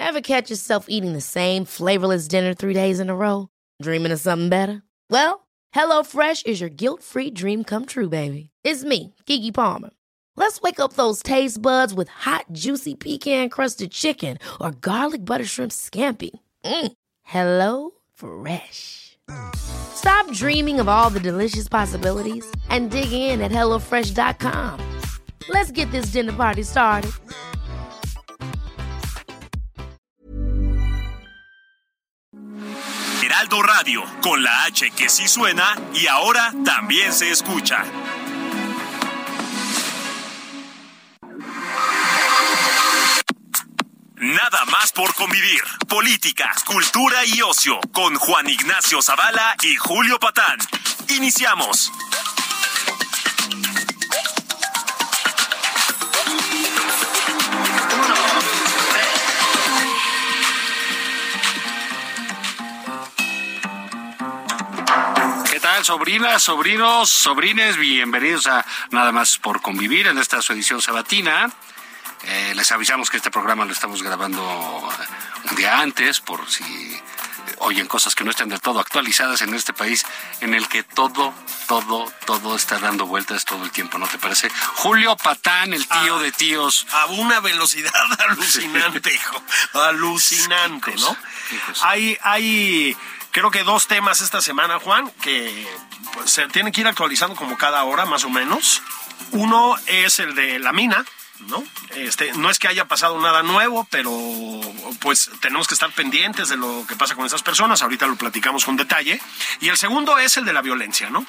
Ever catch yourself eating the same flavorless dinner 3 days in a row? Dreaming of something better? Well, HelloFresh is your guilt-free dream come true, baby. It's me, Keke Palmer. Let's wake up those taste buds with hot, juicy pecan-crusted chicken or garlic butter shrimp scampi. Hello Fresh. Stop dreaming of all the delicious possibilities and dig in at HelloFresh.com. Let's get this dinner party started. Heraldo Radio, con la H que sí suena y ahora también se escucha. Nada más por convivir. Política, cultura y ocio con Juan Ignacio Zavala y Julio Patán. Iniciamos. ¿Qué tal, sobrinas, sobrinos, sobrines? Bienvenidos a Nada más por convivir en esta su edición sabatina. Les avisamos que este programa lo estamos grabando un día antes, por si oyen cosas que no están del todo actualizadas en este país en el que todo está dando vueltas todo el tiempo, ¿no te parece? Julio Patán, el tío de tíos. A una velocidad alucinante, hijo. Alucinante, ¿no? Hijos. Hay creo que 2 temas esta semana, Juan, que pues, se tienen que ir actualizando como cada hora, más o menos. Uno es el de la mina, ¿no? No es que haya pasado nada nuevo, pero pues tenemos que estar pendientes de lo que pasa con esas personas. Ahorita lo platicamos con detalle. Y el segundo es el de la violencia, ¿no?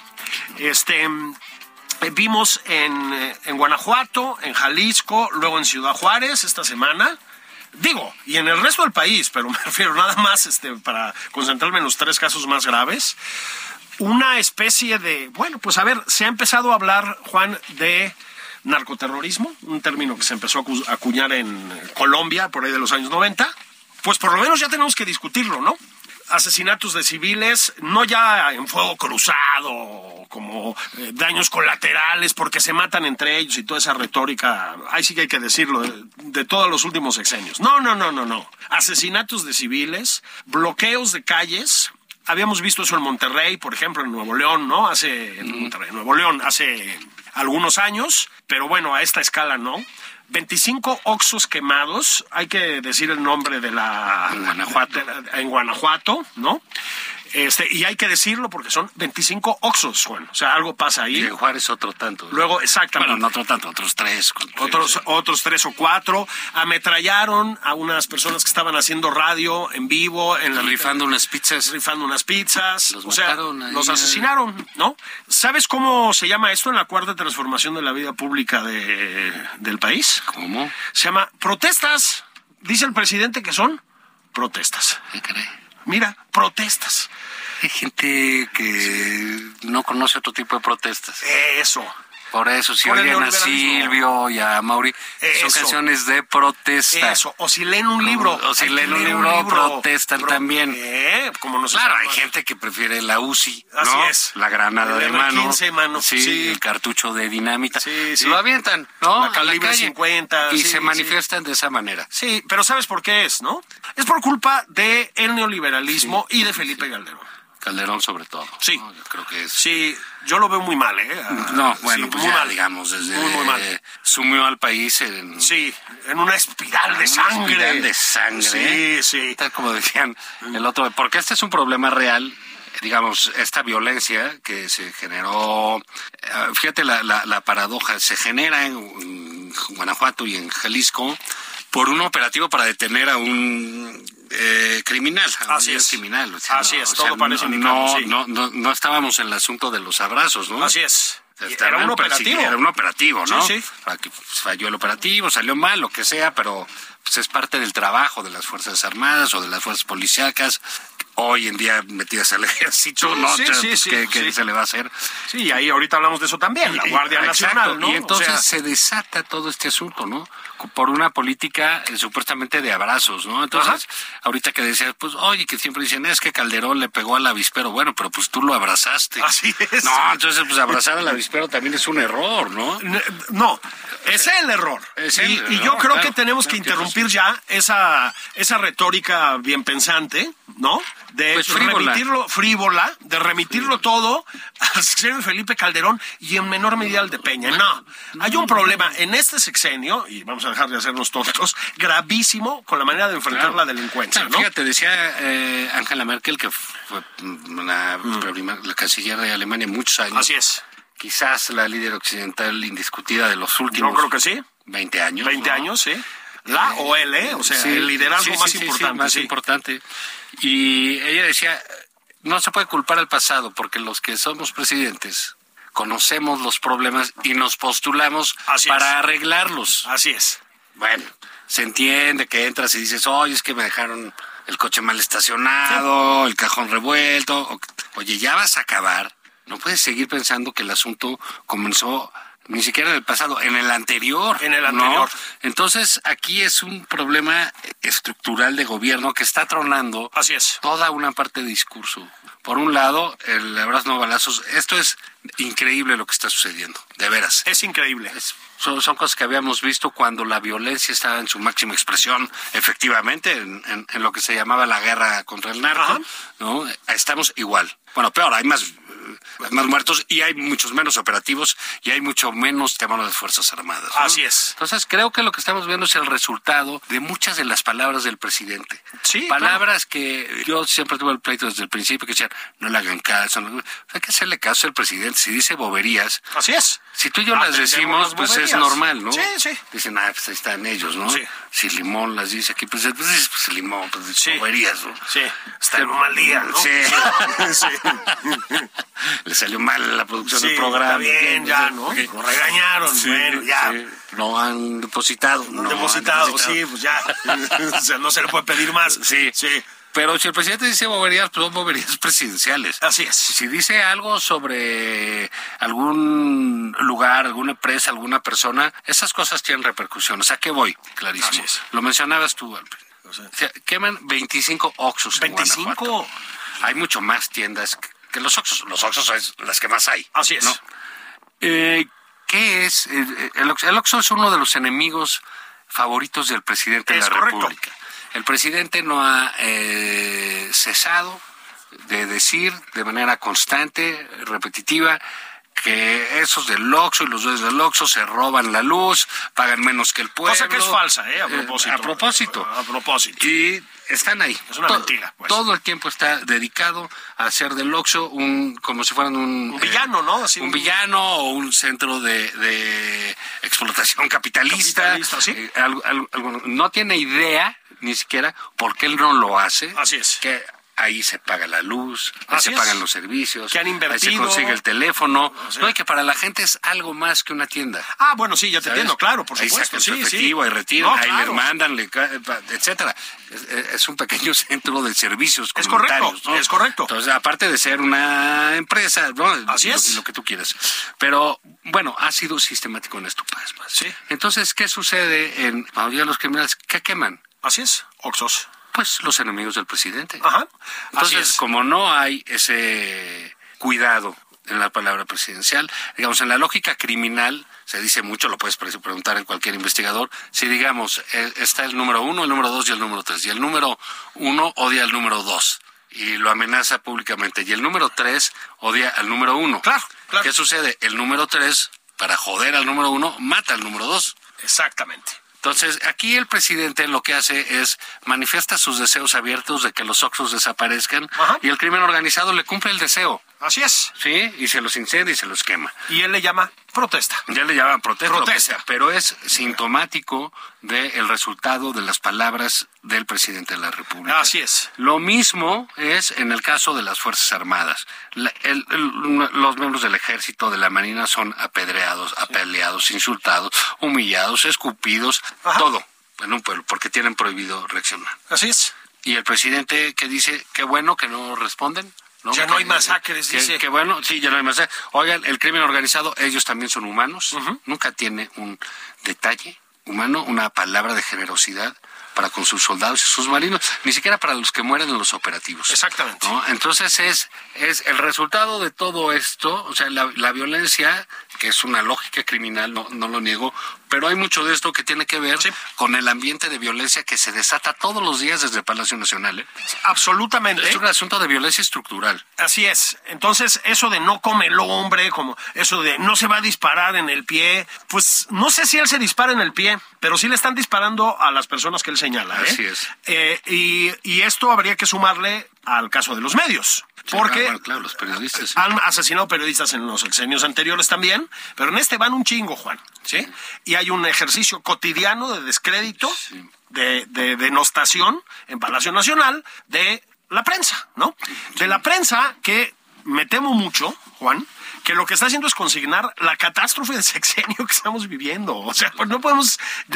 Vimos en Guanajuato, en Jalisco, luego en Ciudad Juárez esta semana. Digo, y en el resto del país, pero me refiero nada más para concentrarme en los 3 casos más graves. Una especie de, bueno, pues a ver, se ha empezado a hablar, Juan, de narcoterrorismo, un término que se empezó a acuñar en Colombia por ahí de los años 90. Pues por lo menos ya tenemos que discutirlo, ¿no? Asesinatos de civiles, no ya en fuego cruzado, como daños colaterales porque se matan entre ellos y toda esa retórica, ahí sí que hay que decirlo, de todos los últimos sexenios. No. Asesinatos de civiles, bloqueos de calles. Habíamos visto eso en Monterrey, por ejemplo, en Nuevo León, ¿no? Nuevo León, hace algunos años, pero bueno, a esta escala no. 25 Oxxos quemados, hay que decir el nombre de en Guanajuato, ¿no? Y hay que decirlo porque son 25 Oxxos, Juan. O sea, algo pasa ahí. Y en Juárez otro tanto. Luego, exactamente. Bueno, no otro tanto, otros 3. Otros 3 o 4. Ametrallaron a unas personas que estaban haciendo radio en vivo. Rifando unas pizzas. Los mataron, los asesinaron, ¿no? ¿Sabes cómo se llama esto en la 4ª transformación de la vida pública del país? ¿Cómo? Se llama protestas. Dice el presidente que son protestas. ¿Qué cree? Mira, protestas. Hay gente que no conoce otro tipo de protestas. Eso. Por eso, si oyen a Silvio y a Mauri, son canciones de protesta. Eso, o si leen un libro. O si leen un libro, protestan también. Como no sé. Claro, hay gente que prefiere la UCI, ¿no? Así es. La granada de mano. R15, mano. Sí, el cartucho de dinamita. Sí. Lo avientan, ¿no? La calibre 50. Y se manifiestan de esa manera. Sí, pero ¿sabes por qué es, no? Es por culpa del neoliberalismo y de Felipe Calderón sobre todo. Sí. ¿no? Yo creo que es... Sí, yo lo veo muy mal, No, bueno, sí, pues muy ya, mal. digamos, desde... Muy mal. Sumió al país en... Sí, en una espiral de sangre. Espiral de sangre. Sí. Tal como decían el otro... Porque este es un problema real, digamos, esta violencia que se generó... Fíjate la paradoja, se genera en Guanajuato y en Jalisco por un operativo para detener a un... criminal. Así es. Criminal. O sea, así es, todo parece indicarlo, sí. No estábamos en el asunto de los abrazos, ¿no? Así es. Era un operativo, ¿no? Sí. Falló el operativo, salió mal, lo que sea, pero pues es parte del trabajo de las Fuerzas Armadas o de las Fuerzas Policíacas, hoy en día metidas al ejército, ¿no? Sí. ¿Qué se le va a hacer? Sí, ahí ahorita hablamos de eso también, la Guardia Nacional, ¿no? Y entonces se desata todo este asunto, ¿no? Por una política supuestamente de abrazos, ¿no? Entonces, ahorita que decías, pues, oye, que siempre dicen, es que Calderón le pegó al avispero, bueno, pero pues tú lo abrazaste. Así es. No, entonces, pues abrazar al avispero también es un error, ¿no? No, es el error. Y yo creo que tenemos que interrumpir interrumpir ya esa retórica bien pensante, ¿no? De Pues frívola. frívola, de remitirlo todo al sexenio de Felipe Calderón y en menor medida al de Peña. No, hay un problema en este sexenio, y vamos a dejar de hacernos tontos, gravísimo con la manera de enfrentar la delincuencia, ¿no? Fíjate, decía Angela Merkel, que fue la canciller de Alemania muchos años. Así es. Quizás la líder occidental indiscutida de los últimos... Yo creo que sí. 20 años. 20 ¿no? años, sí. La o él, o sea, el liderazgo más importante. Más importante. Y ella decía, no se puede culpar al pasado, porque los que somos presidentes conocemos los problemas y nos postulamos para arreglarlos. Así es. Bueno, se entiende que entras y dices, oye, es que me dejaron el coche mal estacionado, el cajón revuelto. Oye, ya vas a acabar. No puedes seguir pensando que el asunto comenzó ni siquiera en el pasado, en el anterior. En el anterior. ¿No? Entonces, aquí es un problema estructural de gobierno que está tronando. Así es. Toda una parte de discurso. Por un lado, el abrazo no balazos. Esto es increíble lo que está sucediendo, de veras. Es increíble. Son cosas que habíamos visto cuando la violencia estaba en su máxima expresión, efectivamente, en lo que se llamaba la guerra contra el narco. Ajá. ¿No? Estamos igual. Bueno, peor, hay más muertos y hay muchos menos operativos y hay mucho menos tema de las Fuerzas Armadas, ¿no? Así es. Entonces creo que lo que estamos viendo es el resultado de muchas de las palabras del presidente. Sí, palabras que yo siempre tuve el pleito desde el principio, que decían, no le hagan caso. Hay que hacerle caso al presidente. Si dice boberías. Así es. Si tú y yo las decimos, pues es normal, ¿no? Sí, sí. Dicen, pues ahí están ellos, ¿no? Sí. Si Limón las dice aquí, pues Limón, pues sí. Boberías, ¿no? Sí. Está en un mal día, ¿no? Sí. Sí. Le salió mal la producción del Está programa. bien, ya, ¿no? Lo regañaron, sí, bueno, ya. Sí. No han depositado. Sí, pues ya. O sea, no se le puede pedir más. Sí. Sí. Pero si el presidente dice boberías, pues son boberías presidenciales. Así es. Si dice algo sobre algún lugar, alguna empresa, alguna persona, esas cosas tienen repercusiones. ¿A qué voy? Clarísimo. Así es. Lo mencionabas tú, Alfred. O sea, queman 25 Oxxos en 25. Guanajuato. Hay mucho más tiendas que los Oxxos. Los Oxxos es las que más hay. Así es. ¿No? ¿Qué es? El Oxxo es uno de los enemigos favoritos del presidente de la República. El presidente no ha cesado de decir de manera constante, repetitiva, que esos del Oxxo y los dueños del Oxxo se roban la luz, pagan menos que el pueblo. Cosa que es falsa, a propósito. A propósito. Y están ahí. Es una mentira, pues. Todo el tiempo está dedicado a hacer del Oxxo como si fueran un villano, ¿no? Así un villano o un centro de explotación capitalista. ¿Sí? No tiene idea ni siquiera por qué él no lo hace. Así es. Que ahí se paga la luz, ahí se pagan los servicios, que han invertido, ahí se consigue el teléfono. No, y que para la gente es algo más que una tienda. Ah, bueno, sí, ya te entiendo, claro, por supuesto. Ahí sacan su efectivo, ahí retiran, ahí les mandan, etcétera. Es un pequeño centro de servicios comunitarios. Es correcto, ¿no? Es correcto. Entonces, aparte de ser una empresa, ¿no? Así es. Lo que tú quieras. Pero, bueno, ha sido sistemático en esto. Sí. Entonces, ¿qué sucede en la mayoría de los criminales? ¿Qué queman? Así es, Oxxos. Pues los enemigos del presidente. Ajá. Entonces, como no hay ese cuidado en la palabra presidencial, digamos, en la lógica criminal, se dice mucho, lo puedes preguntar en cualquier investigador, si digamos, está el número 1, el número 2 y el número 3, y el número 1 odia al número 2, y lo amenaza públicamente, y el número 3 odia al número 1. Claro. ¿Qué sucede? El número 3, para joder al número 1, mata al número 2. Exactamente. Entonces, aquí el presidente lo que hace es manifiesta sus deseos abiertos de que los Oxxos desaparezcan. Ajá. Y el crimen organizado le cumple el deseo. Así es. Sí, y se los incendia y se los quema. Y él le llama protesta. Ya le llaman protesta. Lo que sea, pero es sintomático del resultado de las palabras del presidente de la República. Así es. Lo mismo es en el caso de las Fuerzas Armadas. Los miembros del Ejército, de la Marina, son apedreados, apaleados, insultados, humillados, escupidos, ajá, todo en un pueblo, porque tienen prohibido reaccionar. Así es. Y el presidente que dice, qué bueno que no responden. ¿No? Ya no hay masacres, dice. Que bueno, sí, ya no hay masacres. Oigan, el crimen organizado, ellos también son humanos. Nunca tiene un detalle humano, una palabra de generosidad para con sus soldados y sus marinos, ni siquiera para los que mueren en los operativos. Exactamente. ¿No? Entonces es el resultado de todo esto, o sea, la violencia que es una lógica criminal, no lo niego, pero hay mucho de esto que tiene que ver con el ambiente de violencia que se desata todos los días desde el Palacio Nacional, ¿eh? Absolutamente. Es un asunto de violencia estructural. Así es. Entonces, eso de no come el hombre, como eso de no se va a disparar en el pie, pues no sé si él se dispara en el pie, pero sí le están disparando a las personas que él señala, ¿eh? Así es. Y esto habría que sumarle al caso de los medios. Porque claro, los periodistas han asesinado periodistas en los sexenios anteriores también, pero en este van un chingo, Juan, ¿sí? Y hay un ejercicio cotidiano de descrédito, de denostación en Palacio Nacional de la prensa, ¿no? De la prensa que me temo mucho, Juan, que lo que está haciendo es consignar la catástrofe de sexenio que estamos viviendo. O sea, pues no podemos,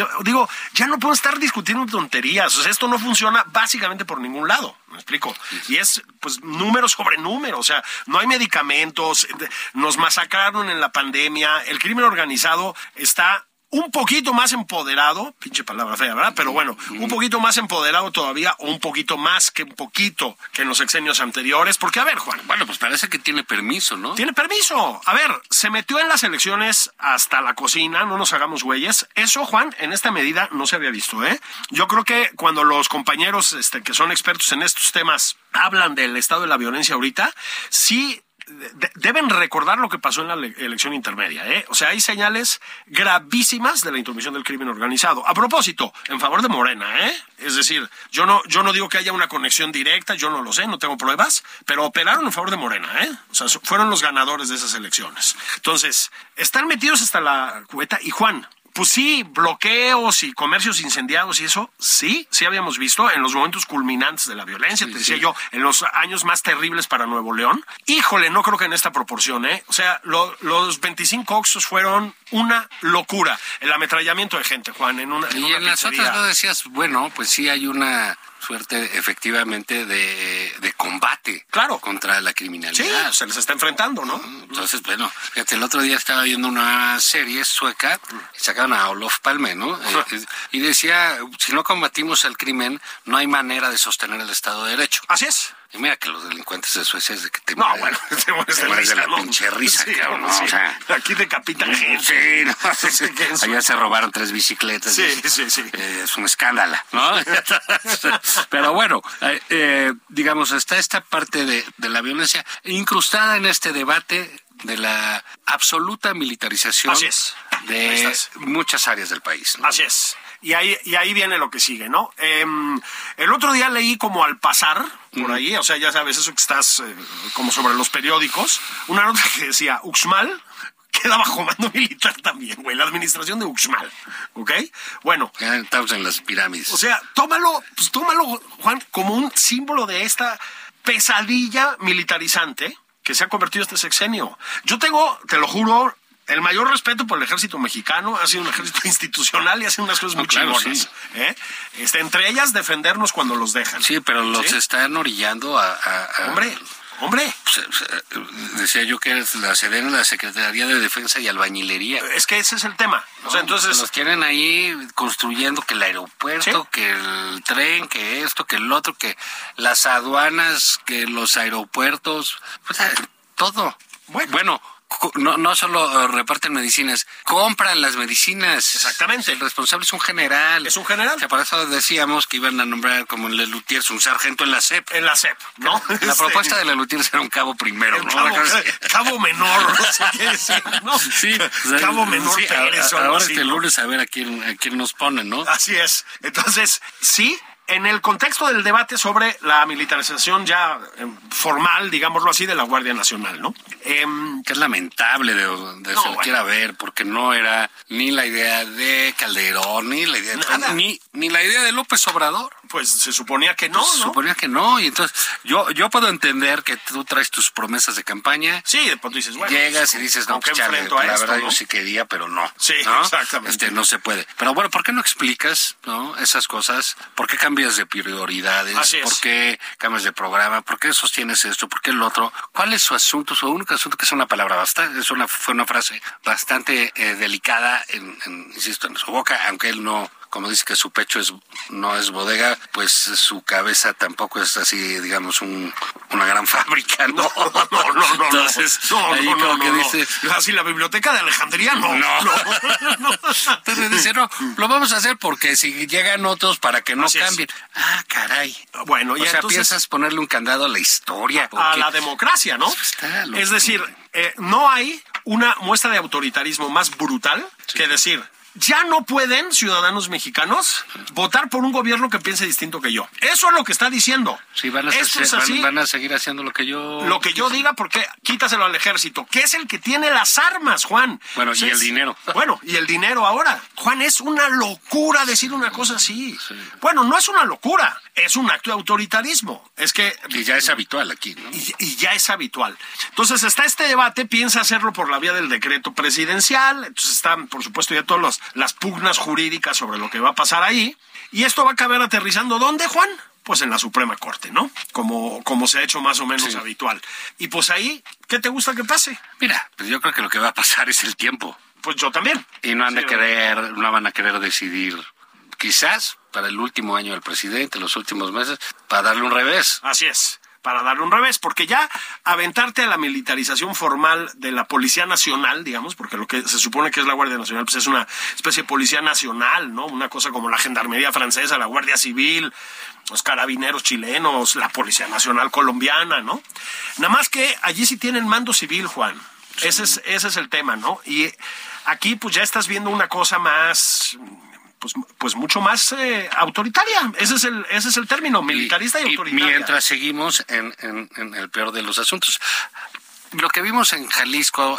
ya no podemos estar discutiendo tonterías. O sea, esto no funciona básicamente por ningún lado. ¿Me explico? Y es, pues, número sobre número. O sea, no hay medicamentos, nos masacraron en la pandemia, el crimen organizado está un poquito más empoderado, pinche palabra fea, ¿verdad? Pero bueno, un poquito más empoderado todavía, o un poquito más que un poquito que en los sexenios anteriores, porque, a ver, Juan. Bueno, pues parece que tiene permiso, ¿no? Tiene permiso. A ver, se metió en las elecciones hasta la cocina, no nos hagamos güeyes. Eso, Juan, en esta medida no se había visto, ¿eh? Yo creo que cuando los compañeros que son expertos en estos temas hablan del estado de la violencia ahorita, sí deben recordar lo que pasó en la elección intermedia, ¿eh? O sea, hay señales gravísimas de la intromisión del crimen organizado. A propósito, en favor de Morena, ¿eh? Es decir, yo no digo que haya una conexión directa, yo no lo sé, no tengo pruebas, pero operaron en favor de Morena, ¿eh? O sea, fueron los ganadores de esas elecciones. Entonces, están metidos hasta la cubeta. Y Juan, pues sí, bloqueos y comercios incendiados y eso, sí habíamos visto en los momentos culminantes de la violencia, te decía yo, en los años más terribles para Nuevo León. Híjole, no creo que en esta proporción, ¿eh? O sea, los 25 Oxxos fueron una locura. El ametrallamiento de gente, Juan, en una Y en las pizzería. otras no decías, bueno, pues sí hay una suerte efectivamente de combate, claro, contra la criminalidad. Sí, se les está enfrentando, ¿no? Entonces, bueno, fíjate, el otro día estaba viendo una serie sueca y sacaron a Olof Palme, ¿no? Y decía, si no combatimos el crimen, no hay manera de sostener el Estado de Derecho. Así es. Y mira que los delincuentes de Suecia es de que te No, mueres, bueno, te mueres de la ¿no? pinche risa, Sí, cabrón, ¿no? sí. O sea, aquí decapitan gente. sí, no, allá se robaron 3 bicicletas. Sí. Es un escándalo, ¿no? Pero bueno, digamos, está esta parte de la violencia incrustada en este debate de la absoluta militarización Así es. de muchas áreas del país, ¿no? Así es. Y ahí viene lo que sigue, ¿no? El otro día leí como al pasar, por ahí, o sea, ya sabes, eso que estás como sobre los periódicos, una nota que decía, Uxmal queda bajo mando militar también, güey, la administración de Uxmal, ¿ok? Bueno. Ya estamos en las pirámides. O sea, tómalo, Juan, como un símbolo de esta pesadilla militarizante que se ha convertido este sexenio. Yo tengo, te lo juro, el mayor respeto por el ejército mexicano. Ha sido un ejército institucional y hace unas cosas muy chingonas. Sí. Entre ellas, defendernos cuando los dejan. Sí, pero los están orillando a Hombre. Decía yo que es la Sedena, la Secretaría de Defensa y Albañilería. Es que ese es el tema. O sea, entonces los tienen ahí construyendo que el aeropuerto, ¿sí?, que el tren, que esto, que el otro, que las aduanas, que los aeropuertos, pues, todo. Bueno, no solo reparten medicinas, compran las medicinas. Exactamente. El responsable es un general. Es un general. O sea, por eso decíamos que iban a nombrar como en Lelutiers un sargento en la SEP. En la SEP, ¿no? La propuesta de Lelutiers era un cabo primero, ¿no? Cabo menor, no sé qué decir, ¿no? Sí. Cabo menor sí, Pérez o algo ahora así, este ¿no? lunes a ver a quién nos ponen, ¿no? Así es. Entonces, sí. En el contexto del debate sobre la militarización ya formal, digámoslo así, de la Guardia Nacional, ¿no? Que es lamentable de se lo quiera ver, porque no era ni la idea de Calderón, ni la idea ni la idea de López Obrador. Pues se suponía que no, Se suponía que no, y entonces yo puedo entender que tú traes tus promesas de campaña. Sí, después tú dices, bueno. Llegas y dices, no, pues chale, la verdad yo sí quería, pero no. Sí, ¿no? exactamente. No se puede. Pero bueno, ¿por qué no explicas, no, esas cosas? ¿Por qué cambias de prioridades? Así es. ¿Por qué cambias de programa? ¿Por qué sostienes esto? ¿Por qué el otro? ¿Cuál es su asunto? Su único asunto, que es una palabra fue una frase bastante delicada, insisto, en su boca, aunque él no como dice que su pecho no es bodega, pues su cabeza tampoco es así, digamos, una gran fábrica, ¿no? No. Entonces, ahí como que dice... Así la biblioteca de Alejandría, no. Entonces dice, no, lo vamos a hacer porque si llegan otros para que no Así cambien. Ah, caray. Bueno, y o sea, entonces, piensas ponerle un candado a la historia. a la democracia, ¿no? Es decir, no hay una muestra de autoritarismo más brutal que decir, ya no pueden ciudadanos mexicanos votar por un gobierno que piense distinto que yo. Eso es lo que está diciendo. Sí, van a seguir haciendo lo que yo diga, porque quítaselo al ejército, que es el que tiene las armas, Juan. Bueno, y el dinero. Bueno, y el dinero ahora. Juan, es una locura decir una cosa así. Sí. Bueno, no es una locura, es un acto de autoritarismo. Es que... Y ya es habitual aquí, ¿no? Y ya es habitual. Entonces está este debate, piensa hacerlo por la vía del decreto presidencial, entonces están, por supuesto, ya todas las pugnas jurídicas sobre lo que va a pasar ahí, y esto va a acabar aterrizando, ¿dónde, Juan? Pues en la Suprema Corte, ¿no? Como se ha hecho más o menos habitual. Y pues ahí, ¿qué te gusta que pase? Mira, pues yo creo que lo que va a pasar es el tiempo. Pues yo también. Y no van a querer decidir, quizás, para el último año del presidente, los últimos meses, para darle un revés. Así es, para darle un revés, porque ya aventarte a la militarización formal de la Policía Nacional, digamos, porque lo que se supone que es la Guardia Nacional, pues es una especie de Policía Nacional, ¿no? Una cosa como la Gendarmería Francesa, la Guardia Civil, los carabineros chilenos, la Policía Nacional colombiana, ¿no? Nada más que allí sí tienen mando civil, Juan. Sí. Ese es el tema, ¿no? Y aquí pues ya estás viendo una cosa más... Pues mucho más autoritaria. Ese es el término, militarista y autoritaria. Mientras seguimos en el peor de los asuntos. Lo que vimos en Jalisco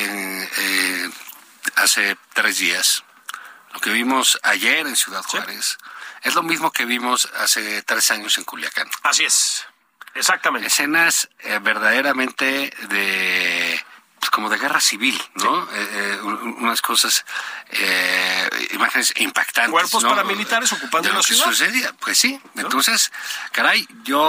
hace 3 días, lo que vimos ayer en Ciudad Juárez, es lo mismo que vimos hace 3 años en Culiacán. Así es, exactamente. Escenas verdaderamente como de guerra civil, ¿no? Sí. Unas cosas, imágenes impactantes. Cuerpos, ¿no?, paramilitares ocupando de la ciudad. Sucedía. Pues sí, ¿no? Entonces, caray,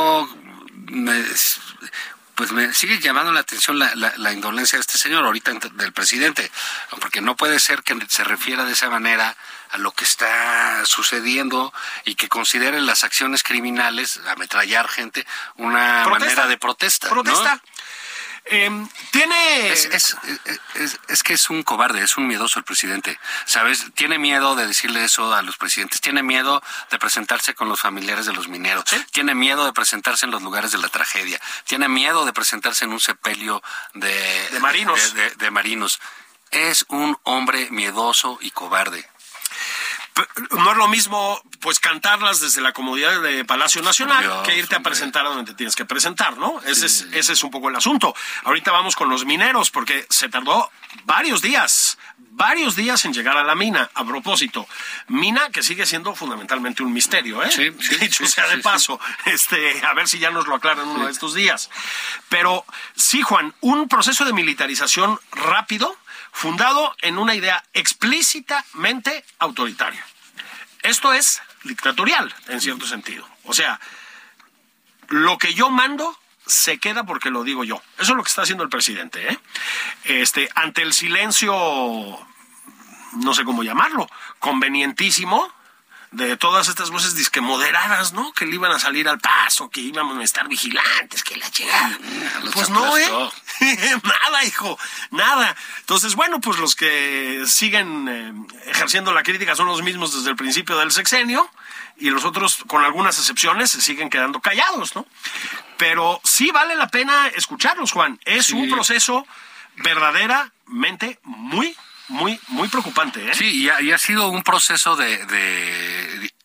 me sigue llamando la atención la indolencia de este señor, ahorita del presidente, porque no puede ser que se refiera de esa manera a lo que está sucediendo y que considere las acciones criminales, ametrallar gente, una manera de protesta. Protesta. ¿No? Tiene... Es que es un cobarde, es un miedoso el presidente, ¿sabes? Tiene miedo de decirle eso a los presidentes, tiene miedo de presentarse con los familiares de los mineros, ¿sí?, tiene miedo de presentarse en los lugares de la tragedia, tiene miedo de presentarse en un sepelio de marinos. De marinos. Es un hombre miedoso y cobarde. No es lo mismo pues cantarlas desde la comodidad de Palacio Nacional que irte a presentar a donde te tienes que presentar, ¿no? Ese es un poco el asunto. Ahorita vamos con los mineros porque se tardó varios días en llegar a la mina. A propósito, mina que sigue siendo fundamentalmente un misterio, ¿eh? Sí, dicho sea de paso. A ver si ya nos lo aclaran uno de estos días. Pero sí, Juan, un proceso de militarización rápido, fundado en una idea explícitamente autoritaria. Esto es dictatorial, en cierto sentido. O sea, lo que yo mando se queda porque lo digo yo. Eso es lo que está haciendo el presidente, ¿eh? Ante el silencio, no sé cómo llamarlo, convenientísimo, de todas estas voces disque moderadas, ¿no? Que le iban a salir al paso, que íbamos a estar vigilantes, que la llegada. Pues no, nada, hijo, nada. Entonces, bueno, pues los que siguen ejerciendo la crítica son los mismos desde el principio del sexenio, y los otros, con algunas excepciones, se siguen quedando callados, ¿no? Pero sí vale la pena escucharlos, Juan. Es un proceso verdaderamente muy preocupante, ¿eh? Sí, y ha sido un proceso de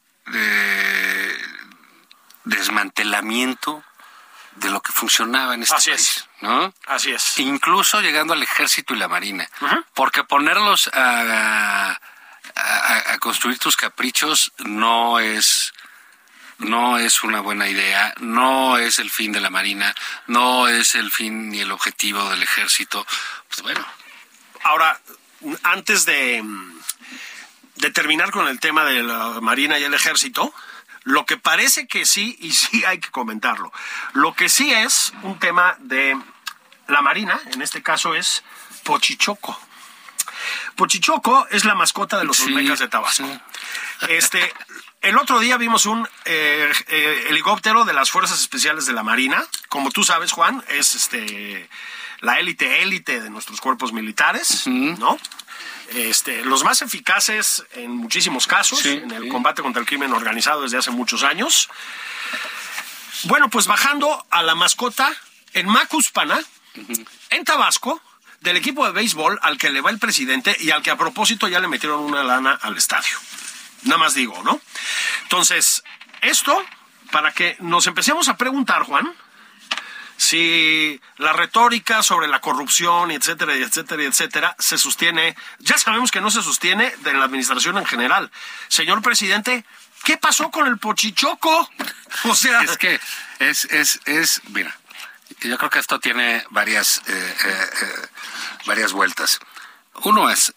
desmantelamiento de lo que funcionaba en este país, ¿no? Así es. Incluso llegando al ejército y la marina. Uh-huh. Porque ponerlos a construir tus caprichos no es una buena idea, no es el fin de la marina, no es el fin ni el objetivo del ejército. Pues bueno. Ahora, antes de terminar con el tema de la Marina y el Ejército, lo que parece que sí, y sí hay que comentarlo, lo que sí es un tema de la Marina, en este caso es Pochichoco. Pochichoco es la mascota de los Olmecas de Tabasco. Sí. El otro día vimos un helicóptero de las Fuerzas Especiales de la Marina. Como tú sabes, Juan, es la élite de nuestros cuerpos militares, ¿no? Los más eficaces en muchísimos casos, en el combate contra el crimen organizado desde hace muchos años. Bueno, pues bajando a la mascota en Macuspana, en Tabasco, del equipo de béisbol al que le va el presidente y al que a propósito ya le metieron una lana al estadio. Nada más digo, ¿no? Entonces, esto, para que nos empecemos a preguntar, Juan, si la retórica sobre la corrupción, etcétera, etcétera, etcétera, se sostiene. Ya sabemos que no se sostiene de la administración en general. Señor presidente, ¿qué pasó con el Pochichoco? O sea, es que mira, yo creo que esto tiene varias vueltas. Uno es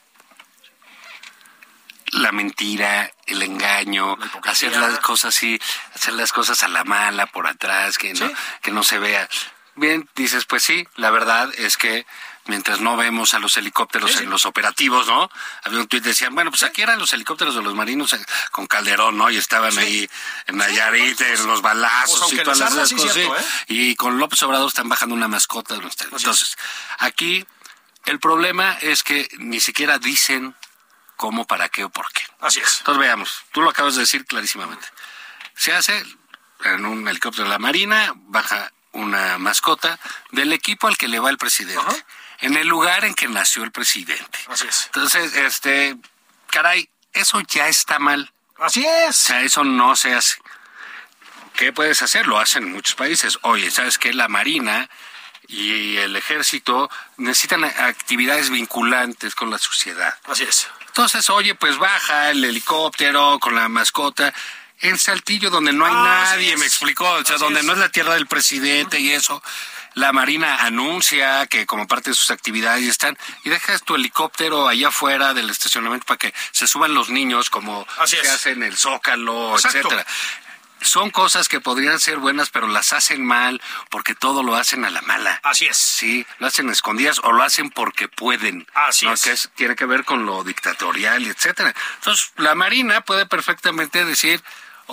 la mentira, el engaño, hacer las cosas así, hacer las cosas a la mala por atrás, que no se vea. Bien, dices, pues sí, la verdad es que mientras no vemos a los helicópteros en los operativos, ¿no? Había un tuit, decían, bueno, pues aquí eran los helicópteros de los marinos con Calderón, ¿no? Y estaban ahí en Nayarit, en los balazos pues, y todas las cosas. Y con López Obrador están bajando una mascota. Entonces, aquí el problema es que ni siquiera dicen cómo, para qué o por qué. Así es. Entonces veamos, tú lo acabas de decir clarísimamente. Se hace en un helicóptero de la Marina, baja una mascota del equipo al que le va el presidente, en el lugar en que nació el presidente. Así es. Entonces, caray, eso ya está mal. Así es. O sea, eso no se hace. ¿Qué puedes hacer? Lo hacen en muchos países. Oye, ¿sabes qué? La Marina y el Ejército necesitan actividades vinculantes con la sociedad. Así es. Entonces, oye, pues baja el helicóptero con la mascota en Saltillo, donde no hay nadie, me explicó, o sea, donde no es la tierra del presidente y eso. La Marina anuncia que como parte de sus actividades están, y dejas tu helicóptero allá afuera del estacionamiento para que se suban los niños, como se hace en el Zócalo, etcétera. Son cosas que podrían ser buenas, pero las hacen mal porque todo lo hacen a la mala. Así es. Sí, lo hacen escondidas o lo hacen porque pueden. Así ¿no? es. Que tiene que ver con lo dictatorial, etcétera. Entonces, la Marina puede perfectamente decir,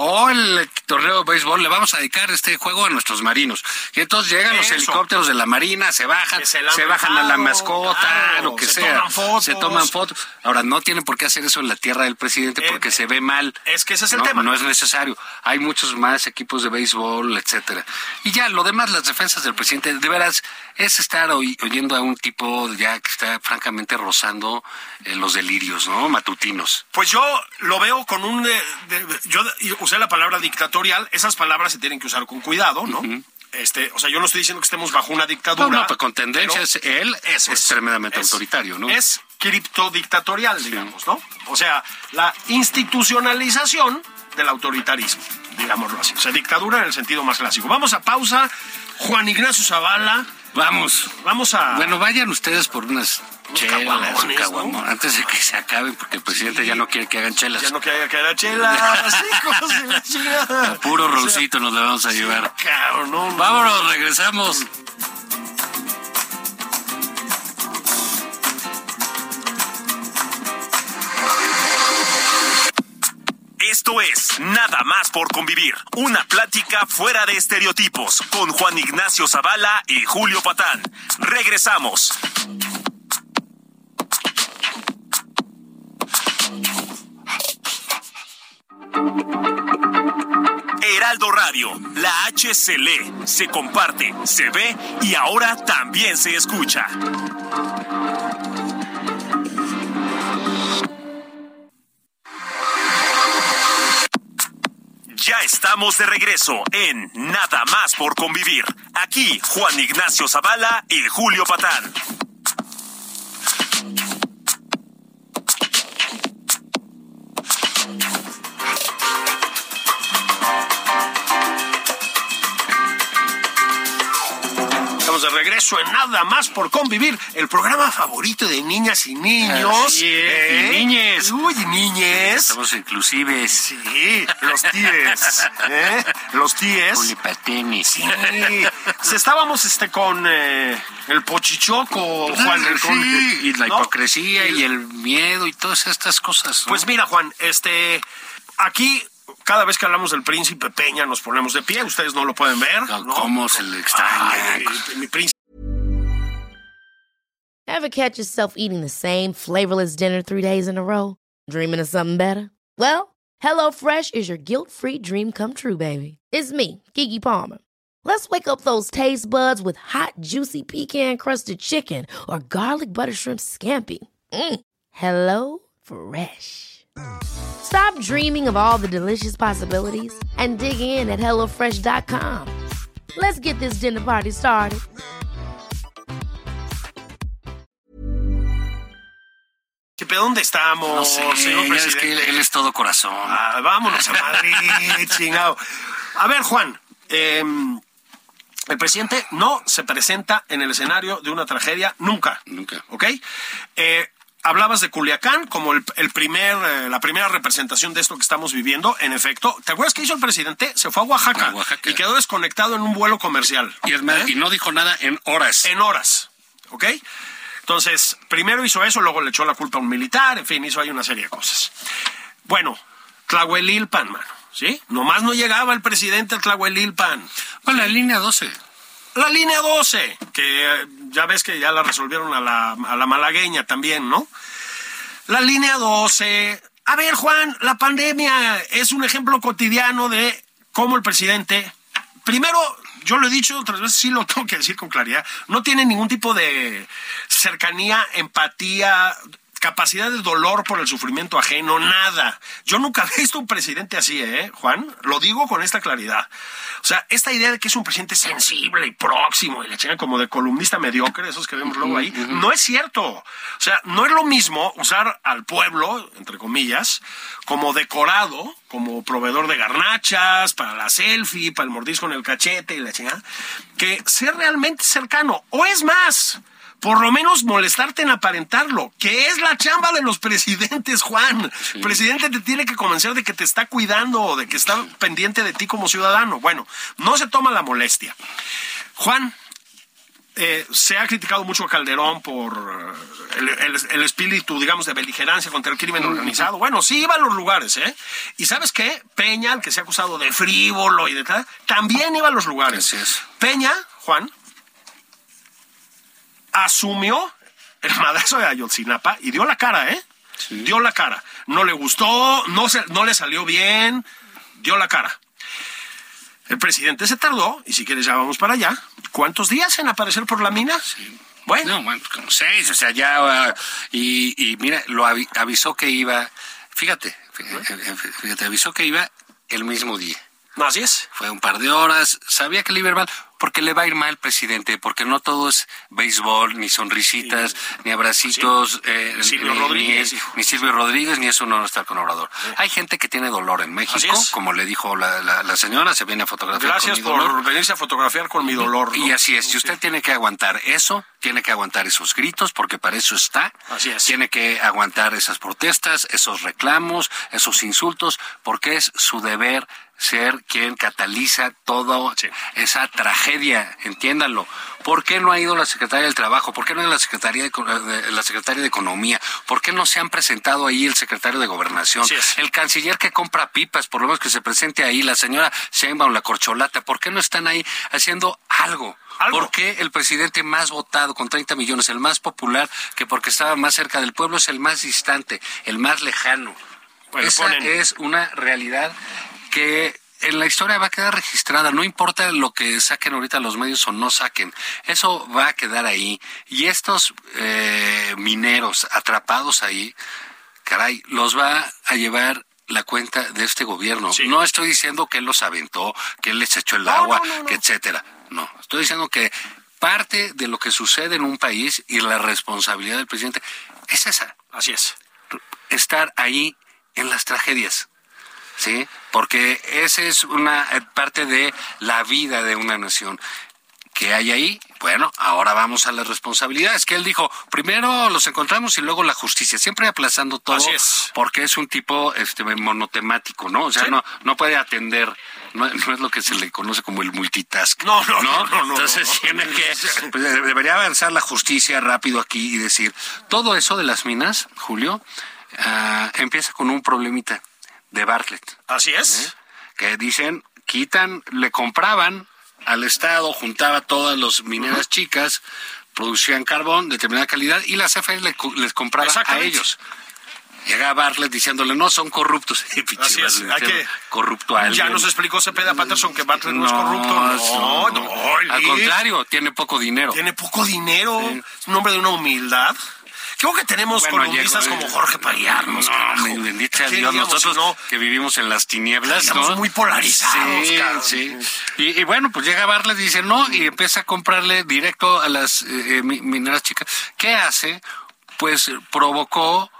el torneo de béisbol le vamos a dedicar este juego a nuestros marinos. Y entonces llegan los helicópteros de la Marina, se bajan, se bajan a la mascota, lo que sea. Se toman fotos. Ahora, no tienen por qué hacer eso en la tierra del presidente porque se ve mal. Es que ese es el tema. No es necesario. Hay muchos más equipos de béisbol, etcétera. Y ya, lo demás, las defensas del presidente, de veras, es estar oyendo a un tipo ya que está francamente rozando los delirios, ¿no? Matutinos. Pues yo lo veo con yo usé la palabra dictatorial, esas palabras se tienen que usar con cuidado, ¿no? O sea, yo no estoy diciendo que estemos bajo una dictadura. No, pues con tendencias, él es tremendamente autoritario, ¿no? Es criptodictatorial, digamos, ¿no? O sea, la institucionalización del autoritarismo, digámoslo así. O sea, dictadura en el sentido más clásico. Vamos a pausa. Juan Ignacio Zavala. Vamos a... Bueno, vayan ustedes por unas chelas, un caguamón, ¿no? Antes de que se acaben, porque el presidente ya no quiere que hagan chelas. Ya no quiere que hagan chelas, hijos de la chingada. Puro roncito nos le vamos a llevar. Cabrón, no. Vámonos, regresamos. Esto es Nada más por convivir, una plática fuera de estereotipos con Juan Ignacio Zavala y Julio Patán. Regresamos. Heraldo Radio, la H se lee, se comparte, se ve y ahora también se escucha. Ya estamos de regreso en Nada más por convivir. Aquí Juan Ignacio Zavala y Julio Patán. Estamos de regreso en Nada Más por Convivir, el programa favorito de niñas y niños. Así es, y niñes. Uy, y niñes. Somos inclusives. Sí, los tíes. Los tíes. Polipatenes. Sí. Estábamos con el pochichoco, Juan. Sí, y la ¿no? hipocresía y el miedo y todas estas cosas, ¿no? Pues mira, Juan, aquí cada vez que hablamos del príncipe Peña nos ponemos de pie. Ustedes no lo pueden ver, ¿no? ¿Cómo se le extraña? Ay, mi príncipe. Ever catch yourself eating the same flavorless dinner 3 days in a row? Dreaming of something better? Well, HelloFresh is your guilt-free dream come true, baby. It's me, Keke Palmer. Let's wake up those taste buds with hot, juicy pecan-crusted chicken or garlic butter shrimp scampi. Hello Fresh. Stop dreaming of all the delicious possibilities and dig in at HelloFresh.com. Let's get this dinner party started. ¿Dónde estamos, No sé, señor es presidente? que él es todo corazón. Vámonos a Madrid, chingado. A ver, Juan, el presidente no se presenta en el escenario de una tragedia nunca. Nunca. ¿Ok? Hablabas de Culiacán como la primera representación de esto que estamos viviendo. En efecto, ¿te acuerdas qué hizo el presidente? Se fue a Oaxaca, y quedó desconectado en un vuelo comercial. Y no dijo nada en horas. En horas, ¿ok? Entonces, primero hizo eso, luego le echó la culpa a un militar, en fin, hizo ahí una serie de cosas. Bueno, Tlahuelilpan, mano, ¿sí? Nomás no llegaba el presidente a Tlahuelilpan. Bueno, la línea 12. La línea 12, que ya ves que ya la resolvieron a la malagueña también, ¿no? La línea 12. A ver, Juan, la pandemia es un ejemplo cotidiano de cómo el presidente, primero, yo lo he dicho otras veces, sí lo tengo que decir con claridad, no tiene ningún tipo de cercanía, empatía, capacidad de dolor por el sufrimiento ajeno, nada. Yo nunca he visto un presidente así, Juan, lo digo con esta claridad. O sea, esta idea de que es un presidente sensible y próximo y le chingan como de columnista mediocre, esos que vemos luego ahí, no es cierto. O sea, no es lo mismo usar al pueblo, entre comillas, como decorado, como proveedor de garnachas, para la selfie, para el mordisco en el cachete y la chingada, que ser realmente cercano. O es más, por lo menos molestarte en aparentarlo, que es la chamba de los presidentes, Juan. Sí. El presidente te tiene que convencer de que te está cuidando, de que está pendiente de ti como ciudadano. Bueno, no se toma la molestia. Juan, se ha criticado mucho a Calderón por el espíritu, digamos, de beligerancia contra el crimen organizado. Bueno, sí iba a los lugares, Y ¿sabes qué? Peña, el que se ha acusado de frívolo y de tal, también iba a los lugares. Así es. Peña, Juan, asumió el madrazo de Ayotzinapa y dio la cara, Sí. Dio la cara. No le gustó, no le salió bien, dio la cara. El presidente se tardó, y si quieres ya vamos para allá. ¿Cuántos días en aparecer por la mina? Sí. Bueno. No, bueno, como 6, o sea, ya... y mira, lo avisó que iba... Fíjate, avisó que iba el mismo día. Así es. Fue un par de horas, sabía que le iba a ir mal, porque le va a ir mal, presidente, porque no todo es béisbol, ni sonrisitas, ni abracitos, ni Silvio Rodríguez, ni eso no estar con Obrador. Sí. Hay gente que tiene dolor en México, como le dijo la señora, se viene a fotografiar. Gracias con mi dolor. Por venirse a fotografiar con mi dolor, ¿no? Y así es, si usted tiene que aguantar eso, tiene que aguantar esos gritos, porque para eso está. Así es. Tiene que aguantar esas protestas, esos reclamos, esos insultos, porque es su deber ser quien cataliza toda esa tragedia, entiéndanlo. ¿Por qué no ha ido la secretaria del Trabajo? ¿Por qué no ha ido la secretaria de Economía? ¿Por qué no se han presentado ahí el secretario de Gobernación? El canciller que compra pipas, por lo menos que se presente ahí, la señora Sheinbaum, la corcholata, ¿por qué no están ahí haciendo algo? ¿Por qué el presidente más votado, con 30 millones, el más popular, que porque estaba más cerca del pueblo, es el más distante, el más lejano? Esa es una realidad que en la historia va a quedar registrada, no importa lo que saquen ahorita los medios o no saquen, eso va a quedar ahí. Y estos mineros atrapados ahí, caray, los va a llevar la cuenta de este gobierno. Sí. No estoy diciendo que él los aventó, que él les echó el agua, que etcétera. No, estoy diciendo que parte de lo que sucede en un país y la responsabilidad del presidente es esa. Así es. Estar ahí en las tragedias. Sí, porque esa es una parte de la vida de una nación. ¿Qué hay ahí? Bueno, ahora vamos a las responsabilidades. Que él dijo, primero los encontramos y luego la justicia, siempre aplazando todo. Así es. Porque es un tipo monotemático, ¿no? O sea, ¿Sí? no puede atender, no es lo que se le conoce como el multitask. No. Entonces tiene que, pues, debería avanzar la justicia rápido aquí y decir, todo eso de las minas, Julio, empieza con un problemita de Bartlett. Así es. Que dicen, le compraban al Estado, juntaba todas las mineras chicas, producían carbón de determinada calidad y la CFE les compraba a ellos. Llega Bartlett diciéndole, no, son corruptos. Así es, hay que... Corrupto a alguien. Ya nos explicó Cepeda Patterson que Bartlett no es corrupto. No, al contrario, tiene poco dinero. Tiene poco dinero, es un hombre de una humildad. Creo que tenemos columnistas como Jorge Pagliarnos. Bendito sea Dios, nosotros que vivimos en las tinieblas. Estamos muy polarizados. Sí. Y bueno, pues llega Bartlett y dice no, y empieza a comprarle directo a las mineras chicas. ¿Qué hace? Pues provocó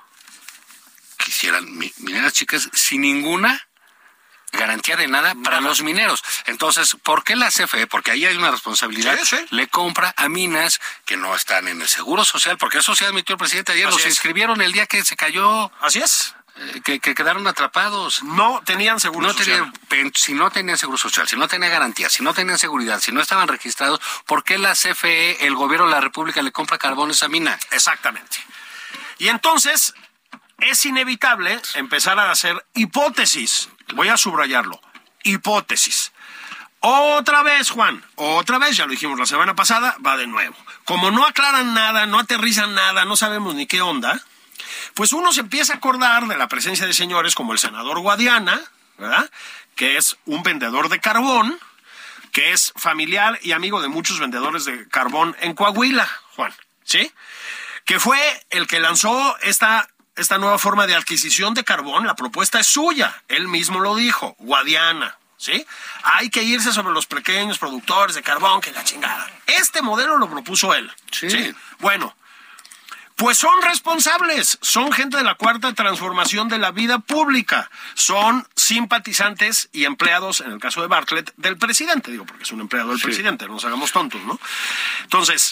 que hicieran mineras chicas sin ninguna garantía de nada para los mineros. Entonces, ¿por qué la CFE? Porque ahí hay una responsabilidad. Sí. Le compra a minas que no están en el Seguro Social, porque eso sí admitió el presidente ayer. Los inscribieron el día que se cayó. Así es. Que quedaron atrapados. No tenían seguro social. Si no tenían seguro social, si no tenían garantía, si no tenían seguridad, si no estaban registrados, ¿por qué la CFE, el gobierno de la República, le compra carbón a esa mina? Exactamente. Y entonces es inevitable empezar a hacer hipótesis. Voy a subrayarlo. Hipótesis. Otra vez, Juan. Otra vez, ya lo dijimos la semana pasada, va de nuevo. Como no aclaran nada, no aterrizan nada, no sabemos ni qué onda, pues uno se empieza a acordar de la presencia de señores como el senador Guadiana, ¿verdad? Que es un vendedor de carbón, que es familiar y amigo de muchos vendedores de carbón en Coahuila, Juan, ¿sí? Que fue el que lanzó esta nueva forma de adquisición de carbón. La propuesta es suya, él mismo lo dijo, Guadiana, ¿sí? Hay que irse sobre los pequeños productores de carbón, que la chingada. Este modelo lo propuso él, ¿sí? Bueno, pues son responsables, son gente de la cuarta transformación de la vida pública, son simpatizantes y empleados, en el caso de Bartlett, del presidente, digo, porque es un empleado del presidente, no nos hagamos tontos, ¿no? Entonces,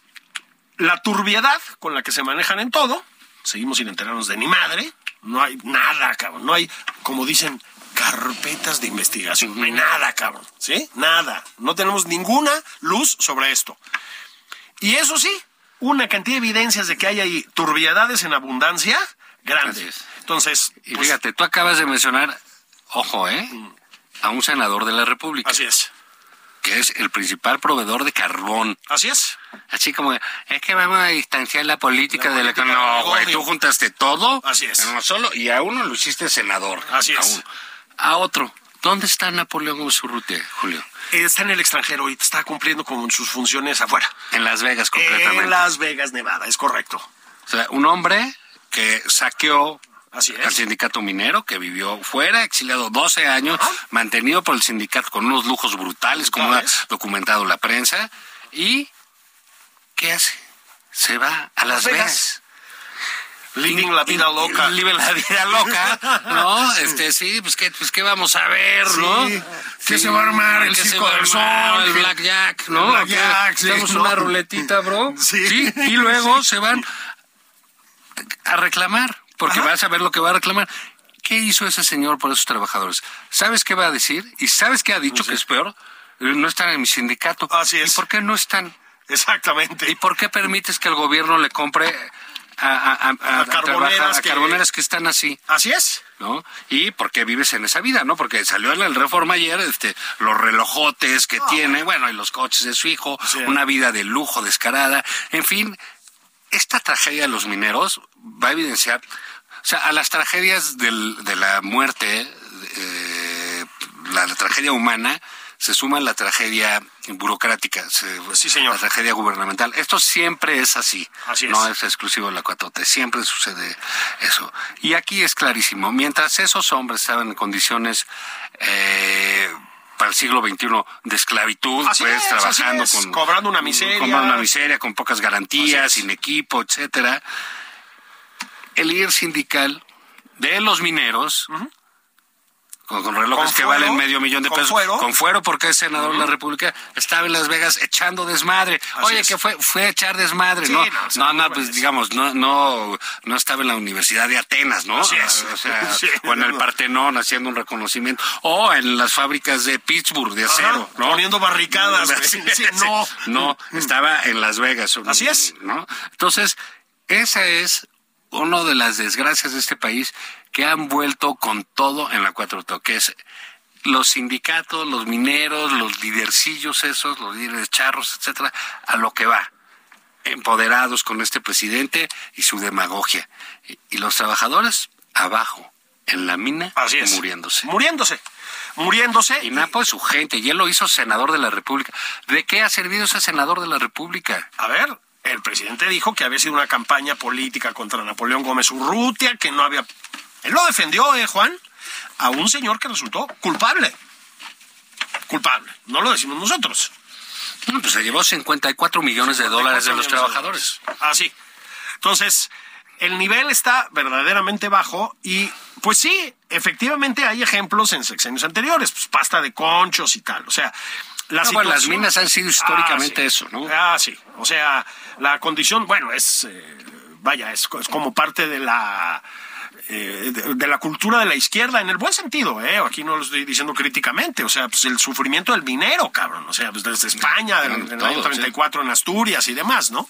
la turbiedad con la que se manejan en todo, seguimos sin enterarnos de ni madre, no hay nada, cabrón, no hay, como dicen, carpetas de investigación, no hay nada, cabrón, ¿sí? Nada, no tenemos ninguna luz sobre esto. Y eso sí, una cantidad de evidencias de que hay ahí turbiedades en abundancia grandes. Entonces, y fíjate, tú acabas de mencionar, ojo, a un senador de la República. Así es. Que es el principal proveedor de carbón. Así es. Así como, es que vamos a distanciar la política de la economía. No, güey, tú juntaste todo. Así es. No solo, y a uno lo hiciste senador. Así es. A otro. ¿Dónde está Napoleón Gómez Urrutia, Julio? Está en el extranjero y está cumpliendo con sus funciones afuera. En Las Vegas, concretamente. En Las Vegas, Nevada, es correcto. O sea, un hombre que saqueó Así es. al sindicato minero, que vivió fuera, exiliado 12 años, mantenido por el sindicato con unos lujos brutales, como ha documentado la prensa. ¿Y qué hace? Se va a Las Vegas. Living la vida loca. Living la vida loca, ¿no? Sí, pues qué vamos a ver, ¿no? ¿Qué se va a armar? El Circo del Sol. El Blackjack, ¿no? Blackjack, sí. Hacemos una ruletita, bro. Sí. Y luego se van a reclamar, porque vas a ver lo que va a reclamar. ¿Qué hizo ese señor por esos trabajadores? ¿Sabes qué va a decir? ¿Y sabes qué ha dicho que es peor? No están en mi sindicato. Así es. ¿Y por qué no están? Exactamente. ¿Y por qué permites que el gobierno le compre a carboneras que están así? Así es. ¿No? Y porque vives en esa vida, ¿no? Porque salió en el Reforma ayer, los relojotes que tiene, bueno, y los coches de su hijo, una vida de lujo descarada. En fin, esta tragedia de los mineros va a evidenciar, o sea, a las tragedias de la muerte, la tragedia humana, se suma la tragedia burocrática, sí, señor. La tragedia gubernamental. Esto siempre es así. Así es. No es exclusivo de la 4T, siempre sucede eso. Y aquí es clarísimo, mientras esos hombres estaban en condiciones para el siglo XXI de esclavitud, trabajando cobrando una miseria, con pocas garantías, sin equipo, etcétera, el líder sindical de los mineros Con relojes Con que fuero, valen $500,000 con fuero. Con fuero porque es senador de la República. Estaba en Las Vegas echando desmadre. Oye, es. que fue a echar desmadre, Sí, ¿no? no, Pues digamos, no estaba en la Universidad de Atenas, ¿no? Así es. O sea, Sí. o en el Partenón haciendo un reconocimiento. O en las fábricas de Pittsburgh de acero, Ajá, ¿no? poniendo barricadas. güey. Sí, Sí, no. No, estaba en Las Vegas. Así es. ¿No? Entonces, esa es una de las desgracias de este país que han vuelto con todo en la 4T, que es los sindicatos, los mineros, los lidercillos esos, los líderes charros, etcétera, a lo que va, empoderados con este presidente y su demagogia. Y los trabajadores abajo, en la mina, Así es. muriéndose. Muriéndose. Y Napo es su gente, y él lo hizo senador de la República. ¿De qué ha servido ese senador de la República? A ver, el presidente dijo que había sido una campaña política contra Napoleón Gómez Urrutia, que no había... Él lo defendió, Juan, a un señor que resultó culpable. Culpable, no lo decimos nosotros. Bueno, pues se llevó $54 millones de los trabajadores. Así. Entonces, el nivel está verdaderamente bajo y, pues sí, efectivamente hay ejemplos en sexenios anteriores, pues pasta de conchos y tal. O sea, Bueno, las minas han sido históricamente sí. eso, ¿no? Sí. O sea, la condición, bueno, es como parte de la cultura de la izquierda, en el buen sentido, aquí no lo estoy diciendo críticamente, o sea, pues el sufrimiento del minero, cabrón, o sea, pues desde España, en el año 34 en Asturias y demás, ¿no?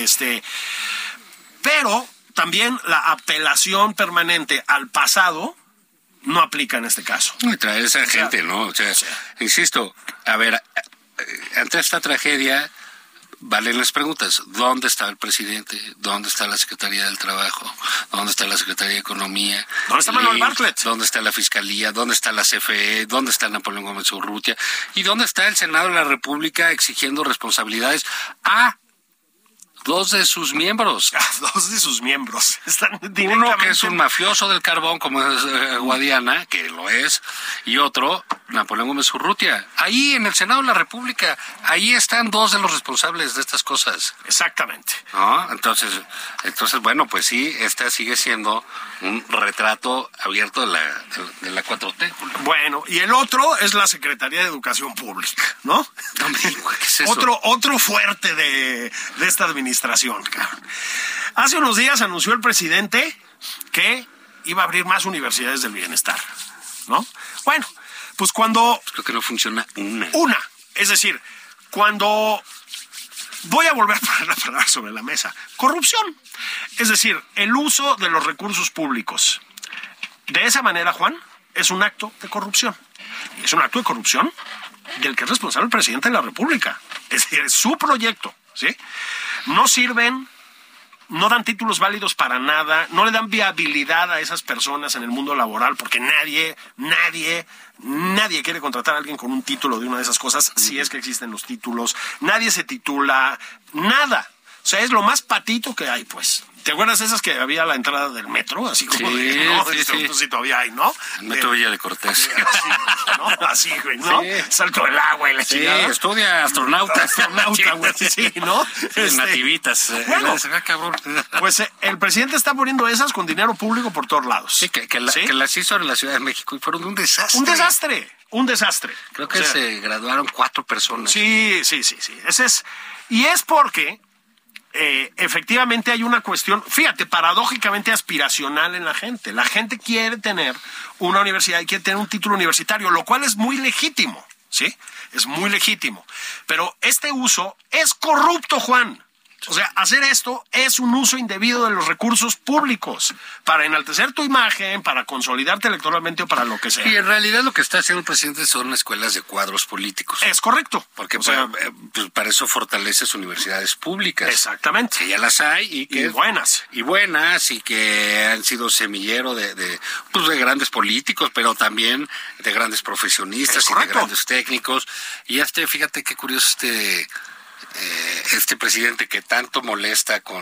Pero también la apelación permanente al pasado no aplica en este caso. Y traer esa gente, ¿no? O sea, insisto, a ver, ante esta tragedia, valen las preguntas. ¿Dónde está el presidente? ¿Dónde está la Secretaría del Trabajo? ¿Dónde está la Secretaría de Economía? ¿Dónde está Manuel Bartlett? ¿Dónde está la Fiscalía? ¿Dónde está la CFE? ¿Dónde está Napoleón Gómez Urrutia? ¿Y dónde está el Senado de la República exigiendo responsabilidades a dos de sus miembros? Dos de sus miembros están directamente... Uno que es un mafioso del carbón, como es Guadiana, que lo es, y otro, Napoleón Gómez Urrutia. Ahí en el Senado de la República, ahí están dos de los responsables de estas cosas. Exactamente. ¿No? Entonces, bueno, pues sí, esta sigue siendo un retrato abierto de la 4T. Bueno, y el otro es la Secretaría de Educación Pública, ¿no? ¿Qué es eso? Otro fuerte de esta administración, cabrón. Hace unos días anunció el presidente que iba a abrir más universidades del bienestar, ¿no? Bueno, pues cuando... Creo que no funciona una. Es decir, cuando... Voy a volver a poner la palabra sobre la mesa. Corrupción. Es decir, el uso de los recursos públicos. De esa manera, Juan, es un acto de corrupción. Y es un acto de corrupción del que es responsable el presidente de la República. Es decir, es su proyecto, ¿sí? No sirven, no dan títulos válidos para nada, no le dan viabilidad a esas personas en el mundo laboral, porque nadie quiere contratar a alguien con un título de una de esas cosas, si es que existen los títulos. Nadie se titula, nada. O sea, es lo más patito que hay, pues. ¿Te acuerdas de esas que había a la entrada del metro? Así como sí, de, ¿no? sí. Sí, todavía hay, ¿no? El metro Villa de Cortés. Así, ¿no? Así, güey, ¿no? Sí. Salto del agua y la Sí, chingada. estudia astronauta, Güey, sí, ¿no? Nativitas. Bueno, Cabrón. pues el presidente está poniendo esas con dinero público por todos lados. Sí, que las hizo en la Ciudad de México y fueron un desastre. Un desastre. Creo que se graduaron 4 personas. Sí. Y es porque efectivamente hay una cuestión, fíjate, paradójicamente aspiracional en la gente. La gente quiere tener una universidad y quiere tener un título universitario, lo cual es muy legítimo, ¿sí? Es muy legítimo. Pero este uso es corrupto, Juan. O sea, hacer esto es un uso indebido de los recursos públicos para enaltecer tu imagen, para consolidarte electoralmente o para lo que sea. Y en realidad lo que está haciendo el presidente son escuelas de cuadros políticos. Es correcto. Porque pues, para eso fortaleces universidades públicas. Exactamente. Que ya las hay y buenas. Y buenas y que han sido semillero de grandes políticos, pero también de grandes profesionistas y de grandes técnicos. Y fíjate qué curioso este presidente que tanto molesta con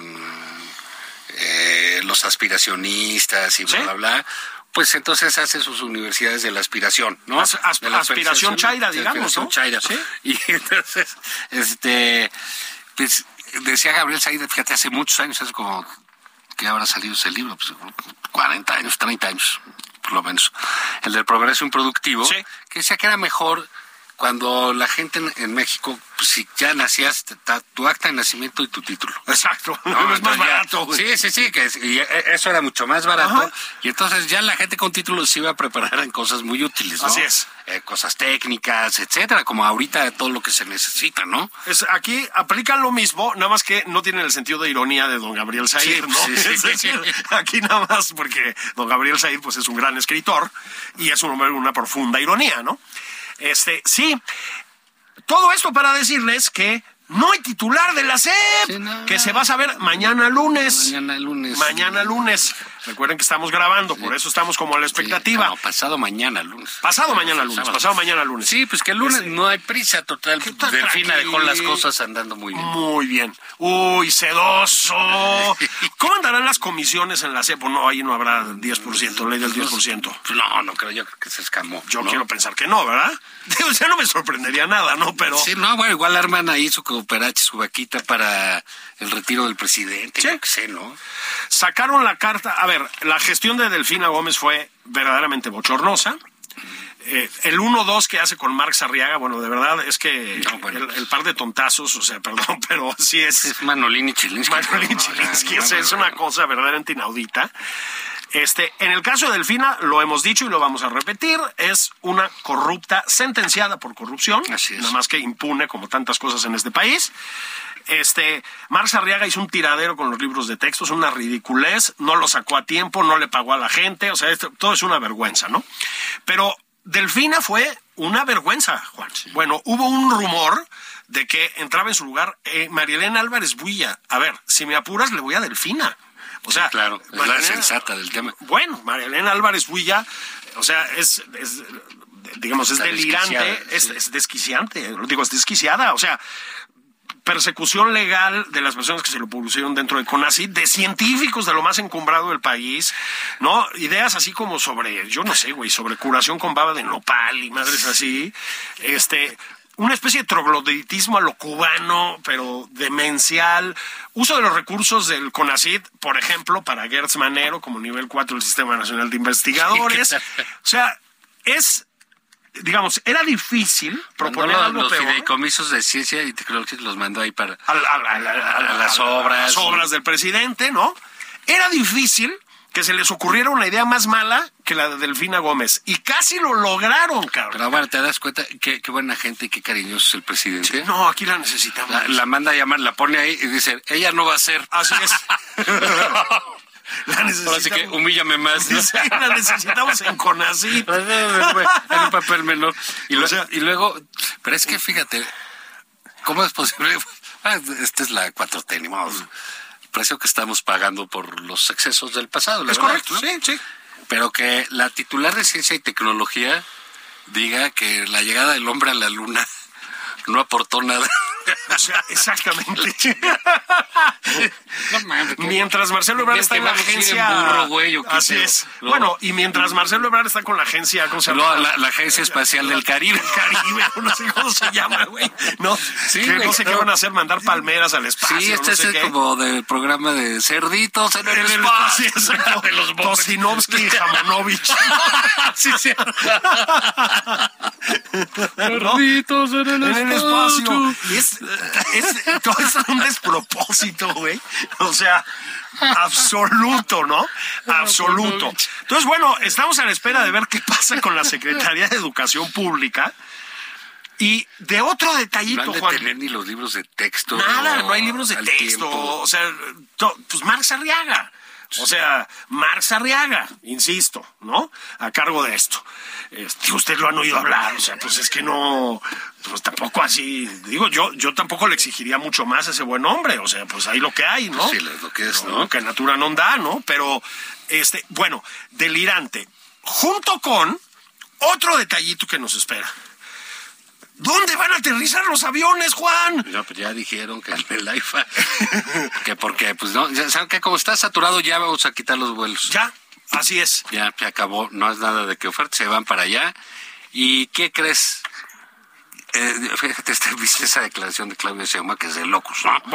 los aspiracionistas y bla, bla, pues entonces hace sus universidades de la aspiración, ¿no? De la aspiración chaira, digamos, ¿no? Chaira. ¿Sí? Y entonces, pues decía Gabriel Said, fíjate, hace muchos años, hace como que habrá salido ese libro, pues 40 años, 30 años, por lo menos, el del progreso improductivo, Sí. que decía que era mejor cuando la gente en México, pues, si ya nacías, tu acta de nacimiento y tu título. Exacto. No, es más entonces ya- barato, güey. Sí, y eso era mucho más barato. Ajá. Y entonces ya la gente con títulos se iba a preparar en cosas muy útiles, ¿no? Así es. Cosas técnicas, etcétera, como ahorita todo lo que se necesita, ¿no? Aquí aplican lo mismo, nada más que no tienen el sentido de ironía de don Gabriel Said, Sí, ¿no? sí, sí, Es sí. decir, aquí nada más porque don Gabriel Said pues es un gran escritor y es un hombre de una profunda ironía, ¿no? Sí, todo esto para decirles que no hay titular de la SEP, Sí, no. que se va a saber mañana lunes. Mañana lunes. Recuerden que estamos grabando, por eso estamos como a la expectativa. No, pasado mañana lunes. Pasado mañana lunes. Sí, pues que el lunes no hay prisa total. ¿Qué tal? Delfina dejó las Tranquilo. cosas andando muy bien. Muy bien. Uy, sedoso. ¿Cómo andarán las comisiones en la SEP? No, ahí no habrá 10%, ley del 10%. Pues no creo, yo creo que se escamó. Yo ¿no? quiero pensar que no, ¿verdad? O sea, no me sorprendería nada, ¿no? Pero Sí, no, bueno, igual arman ahí su cooperache, su vaquita para el retiro del presidente, Sí. yo qué sé, ¿no? sacaron la carta. A ver, la gestión de Delfina Gómez fue verdaderamente bochornosa. El 1-2 que hace con Marx Arriaga, bueno, de verdad es que No, bueno. el par de tontazos, o sea, perdón, pero sí es... Manolín y Chilinsky. Manolín Chilinsky, o sea, es una cosa verdaderamente inaudita. En el caso de Delfina, lo hemos dicho y lo vamos a repetir, es una corrupta sentenciada por corrupción, Así es. nada más que impune como tantas cosas en este país. Marx Arriaga hizo un tiradero con los libros de textos, una ridiculez, no lo sacó a tiempo, no le pagó a la gente, o sea, todo es una vergüenza, ¿no? Pero Delfina fue una vergüenza, Juan. Sí. Bueno, hubo un rumor de que entraba en su lugar Marielena Álvarez Builla. A ver, si me apuras, le voy a Delfina. O sea, claro, es la sensata del tema. Bueno, Marielena Álvarez Builla, o sea, es digamos, es Está delirante, desquiciada, es desquiciante, lo digo, es desquiciada, o sea, persecución legal de las personas que se lo pusieron dentro de CONACYT, de científicos de lo más encumbrado del país, ¿no? Ideas así como sobre, yo no sé, güey, sobre curación con baba de nopal y madres así, una especie de trogloditismo a lo cubano, pero demencial. Uso de los recursos del CONACYT, por ejemplo, para Gertz Manero, como nivel 4 del Sistema Nacional de Investigadores. O sea, digamos, era difícil proponer algo los peor. fideicomisos de ciencia y tecnología los mandó ahí para a las obras. Las obras del presidente, ¿no? Era difícil que se les ocurriera una idea más mala que la de Delfina Gómez. Y casi lo lograron, cabrón. Pero bueno, ¿te das cuenta qué buena gente y qué cariñoso es el presidente? No, aquí la necesitamos. La manda a llamar, la pone ahí y dice, ella no va a ser. Así es. La necesitamos. Ahora sí que humíllame más, ¿no? Sí, la necesitamos en CONACYT. En un papel menor. O sea, y luego, pero es que fíjate, ¿cómo es posible? Esta es la 4T, ni modo. El precio que estamos pagando por los excesos del pasado. Es verdad, correcto, ¿no? sí. Pero que la titular de Ciencia y Tecnología diga que la llegada del hombre a la luna no aportó nada. O sea, exactamente. No mames, Mientras Marcelo Ebrard está en la agencia... burro, güey, ¿o qué Así pedo? es. No. Bueno, y mientras Marcelo Ebrard está con la agencia... ¿cómo se No, llama? la Agencia Espacial del Caribe. Caribe, no sé cómo se llama, güey. No, Sí, que güey, no sé qué no. van a hacer, mandar palmeras al espacio. Sí, este no sé es qué. como del programa de cerditos en el En el espacio. espacio, exacto. De los bobos. Tosinovsky y Jamonovich. Sí, sí. Cerditos en el espacio. Y todo es un despropósito, güey. O sea, absoluto, ¿no? Absoluto. Entonces, bueno, estamos a la espera de ver qué pasa con la Secretaría de Educación Pública. Y de otro No detallito, han de Juan. tener ni los libros de texto. Nada, no hay libros de al texto. tiempo. O sea, pues Marx Arriaga. O sea, Marx Arriaga, insisto, ¿no? A cargo de esto. Usted lo han oído hablar, o sea, pues es que no, pues tampoco así, digo, yo tampoco le exigiría mucho más a ese buen hombre, o sea, pues ahí lo que hay, ¿no? Sí, lo que es, ¿no? Lo que natura no da, ¿no? Pero, bueno, delirante. Junto con otro detallito que nos espera. ¿Dónde van a aterrizar los aviones, Juan? No, pues ya dijeron que en el AIFA. Que porque, pues no, ya saben que como está saturado ya vamos a quitar los vuelos. Ya, así es. Ya se acabó, no es nada de que oferta, se van para allá. ¿Y qué crees? Fíjate, viste esa declaración de Claudio Sheinbaum que es de locos, ¿no? Bueno.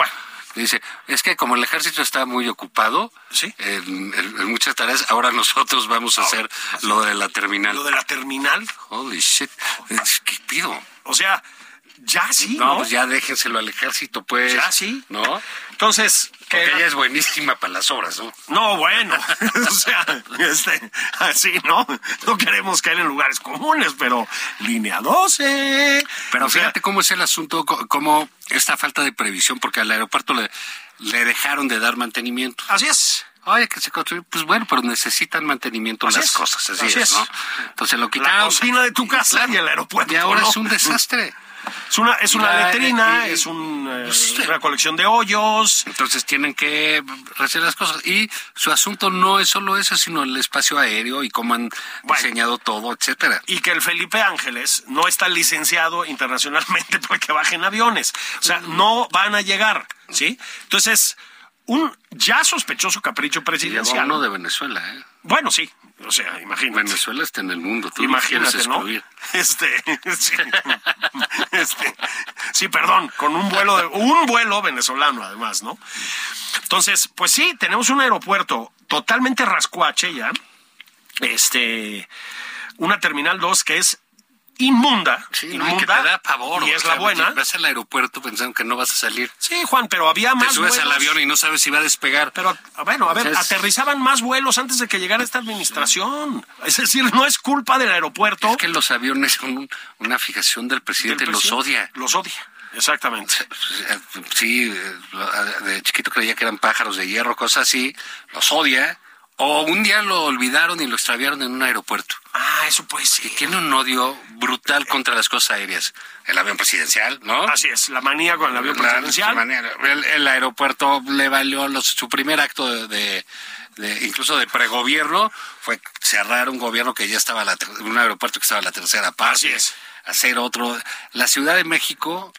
Dice, es que como el ejército está muy ocupado ¿Sí? en muchas tareas, ahora nosotros vamos a hacer lo de la terminal. Lo de la terminal. Holy shit, ¿qué pido? O sea, ya sí, No, ¿no? pues ya déjenselo al ejército, pues. Ya sí. ¿No? Entonces, Porque ella es buenísima para las obras, ¿no? No, bueno, o sea, así, ¿no? No queremos caer en lugares comunes, pero línea 12. Pero o sea, fíjate cómo es el asunto, cómo esta falta de previsión, porque al aeropuerto le dejaron de dar mantenimiento. así es. Oye, que se construye, pues bueno, pero necesitan mantenimiento Así las es. cosas, así Así es, es. ¿no? Entonces lo La quitaron. cocina de tu casa y el aeropuerto. Y ahora ¿no? es un desastre. Es una La- letrina, y- es sí. una colección de hoyos. Entonces tienen que hacer las cosas. Y su asunto no es solo eso, sino el espacio aéreo y cómo han diseñado todo, etcétera. Y que el Felipe Ángeles no está licenciado internacionalmente para que bajen aviones. O sea, no van a llegar, ¿sí? Entonces, un ya sospechoso capricho Llegó presidencial. uno de Venezuela, ¿eh? Bueno, sí. O sea, imagínate. Venezuela está en el mundo. Tú Imagínate, quieres ¿no? excluir. Sí, sí, perdón, con un vuelo venezolano además, ¿no? Entonces, pues sí, tenemos un aeropuerto totalmente rascuache ya, una terminal 2 que es inmunda, Sí, no, y inmunda, que te da pavor. y o es sea, la buena. Vas al aeropuerto pensando que no vas a salir. Sí, Juan, pero había más Te subes vuelos. al avión y no sabes si va a despegar. Pero, bueno, a ver, O sea, es- aterrizaban más vuelos antes de que llegara esta administración. Es decir, no es culpa del aeropuerto. Es que los aviones son una fijación del presidente, del los presidente. odia. Los odia, exactamente. Sí, de chiquito creía que eran pájaros de hierro, cosas así, los odia. O un día lo olvidaron y lo extraviaron en un aeropuerto. Ah, eso puede Y ser. tiene un odio brutal contra las cosas aéreas. El avión presidencial, ¿no? Así es, la manía con el avión presidencial. El aeropuerto le valió su primer acto incluso de pregobierno fue cerrar un gobierno que ya estaba un aeropuerto que estaba a la tercera parte. Así es. Hacer otro. La Ciudad de México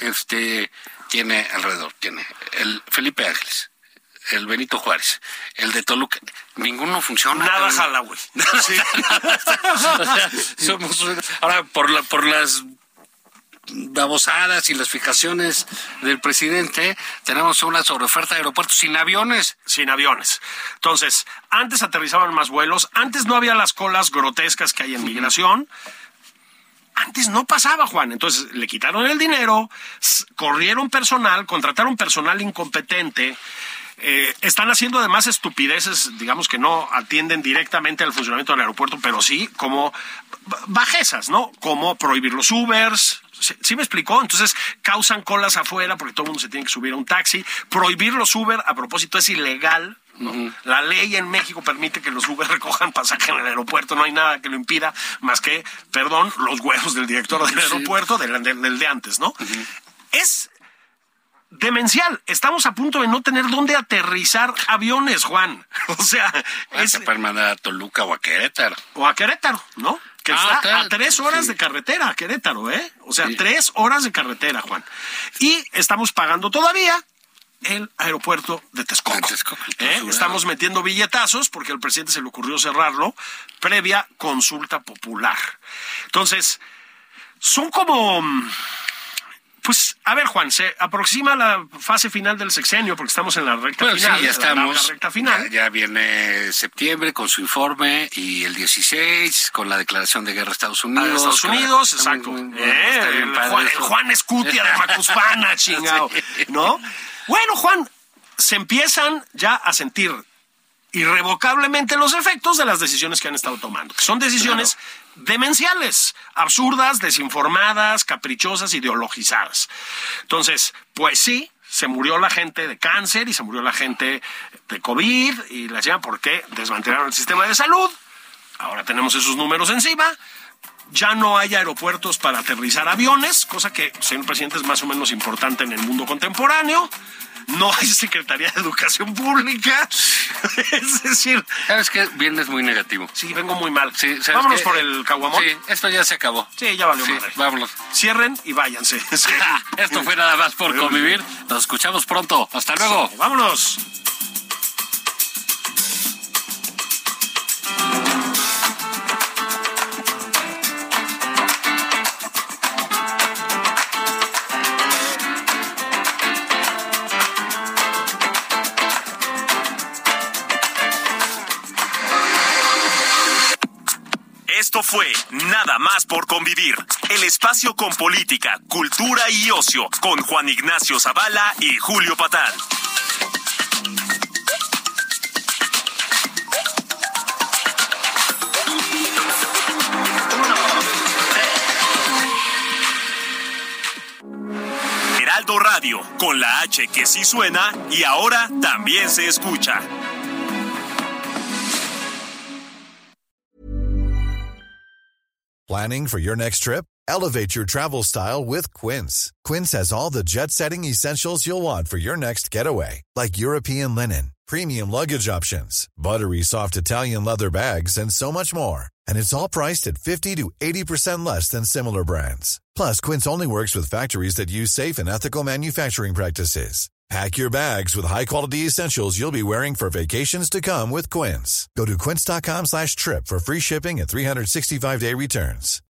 tiene el Felipe Ángeles, el Benito Juárez, el de Toluca, ninguno funciona. Nada jala, güey. Sí. O sea, ahora por las babosadas y las fijaciones del presidente, tenemos una sobreoferta de aeropuertos sin aviones. Sin aviones. Entonces, antes aterrizaban más vuelos, antes no había las colas grotescas que hay en migración. Antes no pasaba, Juan. Entonces le quitaron el dinero, corrieron personal, contrataron personal incompetente. Están haciendo además estupideces, digamos que no atienden directamente al funcionamiento del aeropuerto, pero sí como bajezas, ¿no? Como prohibir los Ubers. ¿Sí me explicó? Entonces causan colas afuera porque todo el mundo se tiene que subir a un taxi. Prohibir los Uber, a propósito, es ilegal, ¿no? La ley en México permite que los Uber recojan pasaje en el aeropuerto, no hay nada que lo impida más que, los huevos del director del aeropuerto, del de antes, ¿no? Es demencial. Estamos a punto de no tener dónde aterrizar aviones, Juan. O sea, Se pueden mandar a Toluca o a Querétaro. o a Querétaro, ¿no? Que está a 3 horas sí. de carretera a Querétaro, ¿eh? O sea, Sí. 3 horas de carretera, Juan. Y estamos pagando todavía el aeropuerto de Texcoco. De Texcoco, claro. Estamos metiendo billetazos porque al presidente se le ocurrió cerrarlo previa consulta popular. Entonces, son como... Pues, a ver, Juan, se aproxima la fase final del sexenio porque estamos en la recta Bueno, final. sí, ya la larga estamos. recta final. Ya viene septiembre con su informe y el 16 con la declaración de guerra a Estados Unidos. A Estados Unidos, Está exacto. muy está bien El padre el eso. Juan Escutia de Macuspana, chingado. Sí. ¿No? Bueno, Juan, se empiezan ya a sentir irrevocablemente los efectos de las decisiones que han estado tomando, que son decisiones demenciales, absurdas, desinformadas, caprichosas, ideologizadas. Entonces, pues sí, se murió la gente de cáncer y se murió la gente de COVID y la llevan porque desmantelaron el sistema de salud. Ahora tenemos esos números encima. Ya no hay aeropuertos para aterrizar aviones, cosa que, señor presidente, es más o menos importante en el mundo contemporáneo. No hay Secretaría de Educación Pública. Es decir... ¿Sabes qué? Vienes muy negativo. Sí, vengo muy mal. Sí, ¿sabes Vámonos qué? por el caguamón. Sí, esto ya se acabó. Sí, ya valió Sí, madre. vámonos. Cierren y váyanse. Sí. Esto fue nada más por convivir. Nos escuchamos pronto. Hasta luego. Sí, vámonos. fue Nada más por convivir, el espacio con política, cultura y ocio, con Juan Ignacio Zavala y Julio Patán. Heraldo Radio, con la H que sí suena y ahora también se escucha. Planning for your next trip? Elevate your travel style with Quince. Quince has all the jet-setting essentials you'll want for your next getaway, like European linen, premium luggage options, buttery soft Italian leather bags, and so much more. And it's all priced at 50 to 80% less than similar brands. Plus, Quince only works with factories that use safe and ethical manufacturing practices. Pack your bags with high-quality essentials you'll be wearing for vacations to come with Quince. Go to quince.com/trip for free shipping and 365-day returns.